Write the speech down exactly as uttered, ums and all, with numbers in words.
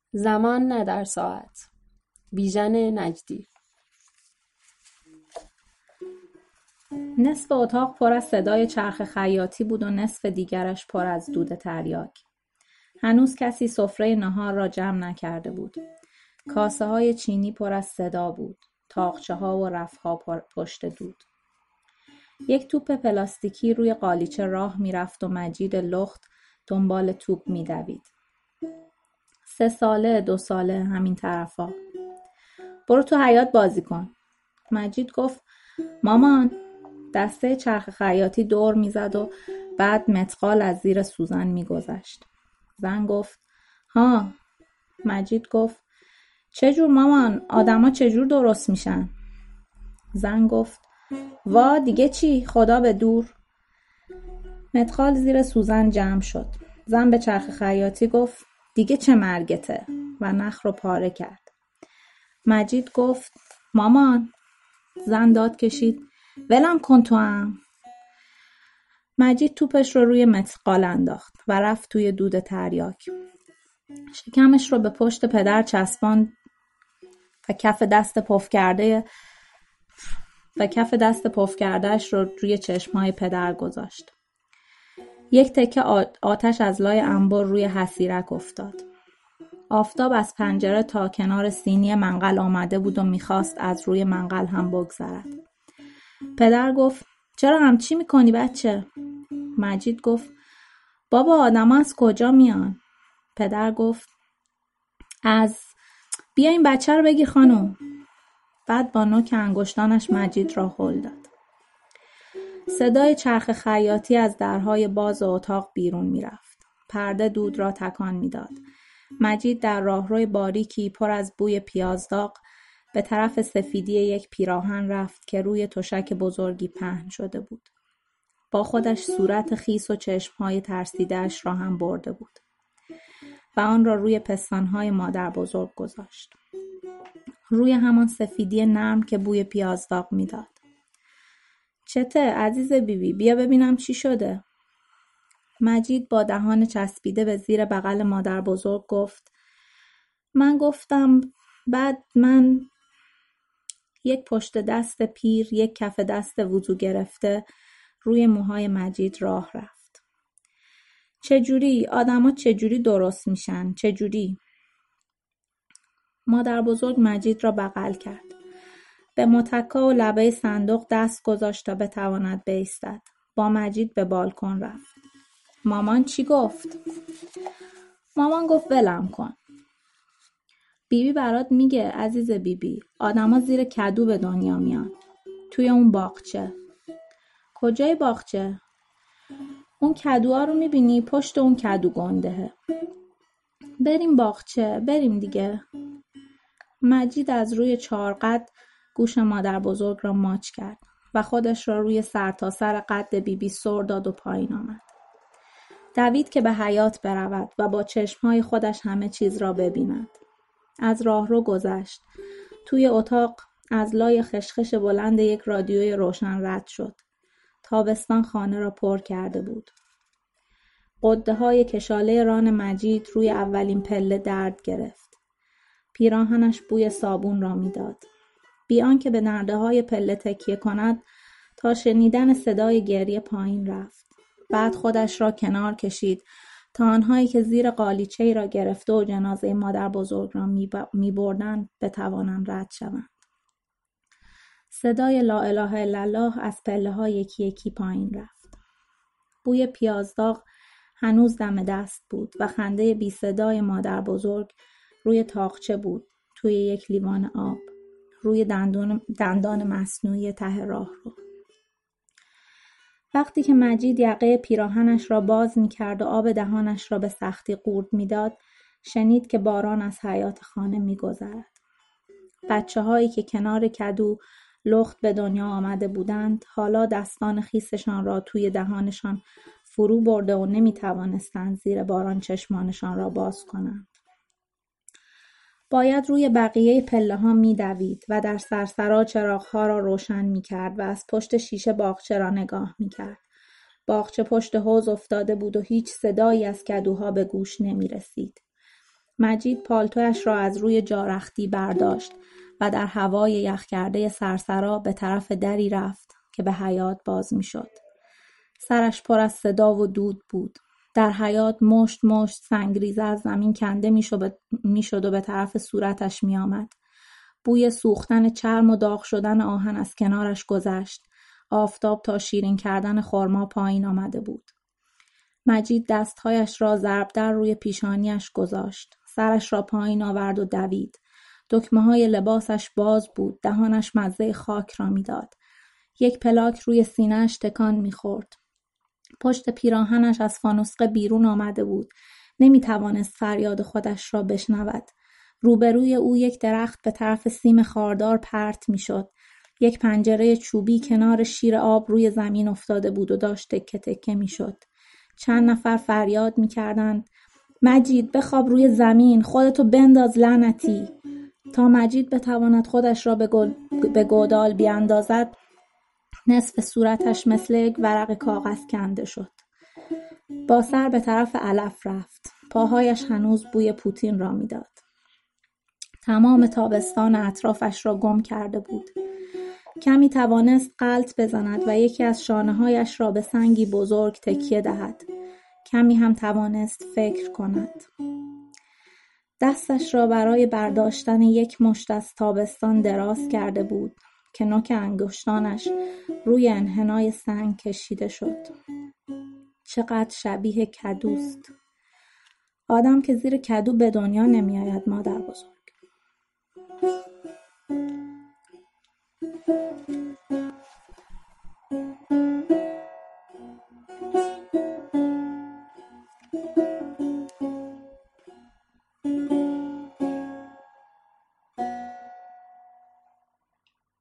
زمان نه در ساعت. بیژن نجدی. نصف اتاق پر از صدای چرخ خیاطی بود و نصف دیگرش پر از دود تریاک. هنوز کسی سفره نهار را جمع نکرده بود. کاسه های چینی پر از صدا بود. تاقچه ها و رف ها پشت دود. یک توپ پلاستیکی روی قالیچه راه می رفت و مجید لخت دنبال توپ می دوید. سه ساله دو ساله همین طرفا. برو تو حیاط بازی کن. مجید گفت مامان. دسته چرخ خیاطی دور می زد و بعد متقال از زیر سوزن می گذشت. زن گفت ها. مجید گفت چجور مامان؟ آدما چجور درست میشن؟ زن گفت وا دیگه چی؟ خدا به دور. متقال زیر سوزن جمع شد. زن به چرخ خیاطی گفت دیگه چه مرگته و نخ رو پاره کرد. مجید گفت مامان. زن داد کشید ولم کن تو هم. مجید توپش رو روی متقال انداخت و رفت توی دود تریاک. شکمش رو به پشت پدر چسباند و کف دست پف کرده و کف دست پف کردهش رو روی چشمای پدر گذاشت. یک تکه آتش از لای انبر روی حصیرک افتاد. آفتاب از پنجره تا کنار سینی منقل آمده بود و میخواست از روی منقل هم بگذرد. پدر گفت چرا همچی میکنی بچه؟ مجید گفت بابا آدم از کجا میان؟ پدر گفت از بیا این بچه رو بگیر خانم. بعد با نوک انگشتانش مجید را هل داد. صدای چرخ خیاطی از درهای باز اتاق بیرون میرفت. پرده دود را تکان میداد. مجید در راهروی باریکی پر از بوی پیازداغ به طرف سفیدی یک پیراهن رفت که روی تشک بزرگی پهن شده بود. با خودش صورت خیس و چشمهای ترسیده‌اش را هم برده بود و آن را روی پستانهای مادر بزرگ گذاشت. روی همان سفیدی نرم که بوی پیازداغ میداد. چته عزیز بیبی بیا ببینم چی شده. مجید با دهان چسبیده به زیر بغل مادر بزرگ گفت من گفتم بعد من. یک پشت دست پیر یک کف دست وضو گرفته روی موهای مجید راه رفت. چجوری؟ آدما چجوری درست میشن؟ چجوری؟ مادر بزرگ مجید را بغل کرد. به متکا و لبه صندوق دست گذاشت تا بتواند بایستد. با مجید به بالکن رفت. مامان چی گفت؟ مامان گفت ولم کن. بیبی برات میگه عزیز بیبی آدما زیر کدو به دنیا میان. توی اون باغچه. کجای باغچه؟ اون کدوها رو میبینی پشت اون کدو گندهه. بریم باغچه بریم دیگه. مجید از روی چارقد گوش مادر بزرگ را ماچ کرد و خودش را روی سر تا سر قد بیبی سر داد و پایین آمد. دوید که به حیاط برود و با چشمهای خودش همه چیز را ببیند. از راهرو گذشت. توی اتاق از لای خشخش بلند یک رادیوی روشن رد شد. تابستان خانه را پر کرده بود. قده های کشاله ران مجید روی اولین پله درد گرفت. پیراهنش بوی صابون را میداد. بی آنکه به نرده های پله تکیه کند تا شنیدن صدای گریه پایین رفت. بعد خودش را کنار کشید تا آنهایی که زیر قالیچه‌ای را گرفته و جنازه مادر بزرگ را می بردند بتوانند رد شوند. صدای لا اله الا الله از پله ها یکی یکی پایین رفت. بوی پیازداغ هنوز دم دست بود و خنده بی صدای مادر بزرگ روی تاقچه بود توی یک لیوان آب روی دندان دندان مصنوعی ته راه رو. وقتی که مجید یقه پیراهنش را باز می کرد و آب دهانش را به سختی قورت می داد شنید که باران از حیاط خانه می گذرد. بچه هایی که کنار کدو لخت به دنیا آمده بودند حالا دستان خیسشان را توی دهانشان فرو برده و نمی توانستند زیر باران چشمانشان را باز کنند. باید روی بقیه پله ها می دوید و در سرسرا چراغ ها را روشن می کرد و از پشت شیشه باغچه را نگاه می کرد. باغچه پشت حوض افتاده بود و هیچ صدایی از کدوها به گوش نمی رسید. مجید پالتویش را از روی جارختی برداشت و در هوای یخ کرده سرسرا به طرف دری رفت که به حیاط باز می شد. سرش پر از صدا و دود بود. در حیاط مشت مشت سنگریزه از زمین کنده می شد و به طرف صورتش می آمد. بوی سوختن چرم و داغ شدن آهن از کنارش گذشت. آفتاب تا شیرین کردن خرما پایین آمده بود. مجید دستهایش را ضربدر روی پیشانیش گذاشت. سرش را پایین آورد و دوید. دکمه های لباسش باز بود. دهانش مزه خاک را میداد. یک پلاک روی سینه‌اش تکان می‌خورد. پشت پیراهنش از فانوسقه بیرون آمده بود. نمی‌توانست فریاد خودش را بشنود. روبروی او یک درخت به طرف سیم خاردار پرت می‌شد. یک پنجره چوبی کنار شیر آب روی زمین افتاده بود و داشت تکه تکه می‌شد. چند نفر فریاد می‌کردند: مجید بخواب روی زمین، خودتو بنداز لعنتی. تا مجید بتواند خودش را به, گل... به گودال بیاندازد، نصف صورتش مثل یک ورق کاغذ کنده شد. با سر به طرف علف رفت. پاهایش هنوز بوی پوتین را میداد. تمام تابستان اطرافش را گم کرده بود. کمی توانست غلط بزند و یکی از شانه‌هایش را به سنگی بزرگ تکیه دهد. کمی هم توانست فکر کند. دستش را برای برداشتن یک مشت از تابستان دراز کرده بود که نوک انگشتانش روی انحنای سنگ کشیده شد. چقدر شبیه کدوست. آدم که زیر کدو به دنیا نمی آید مادر بزرگ.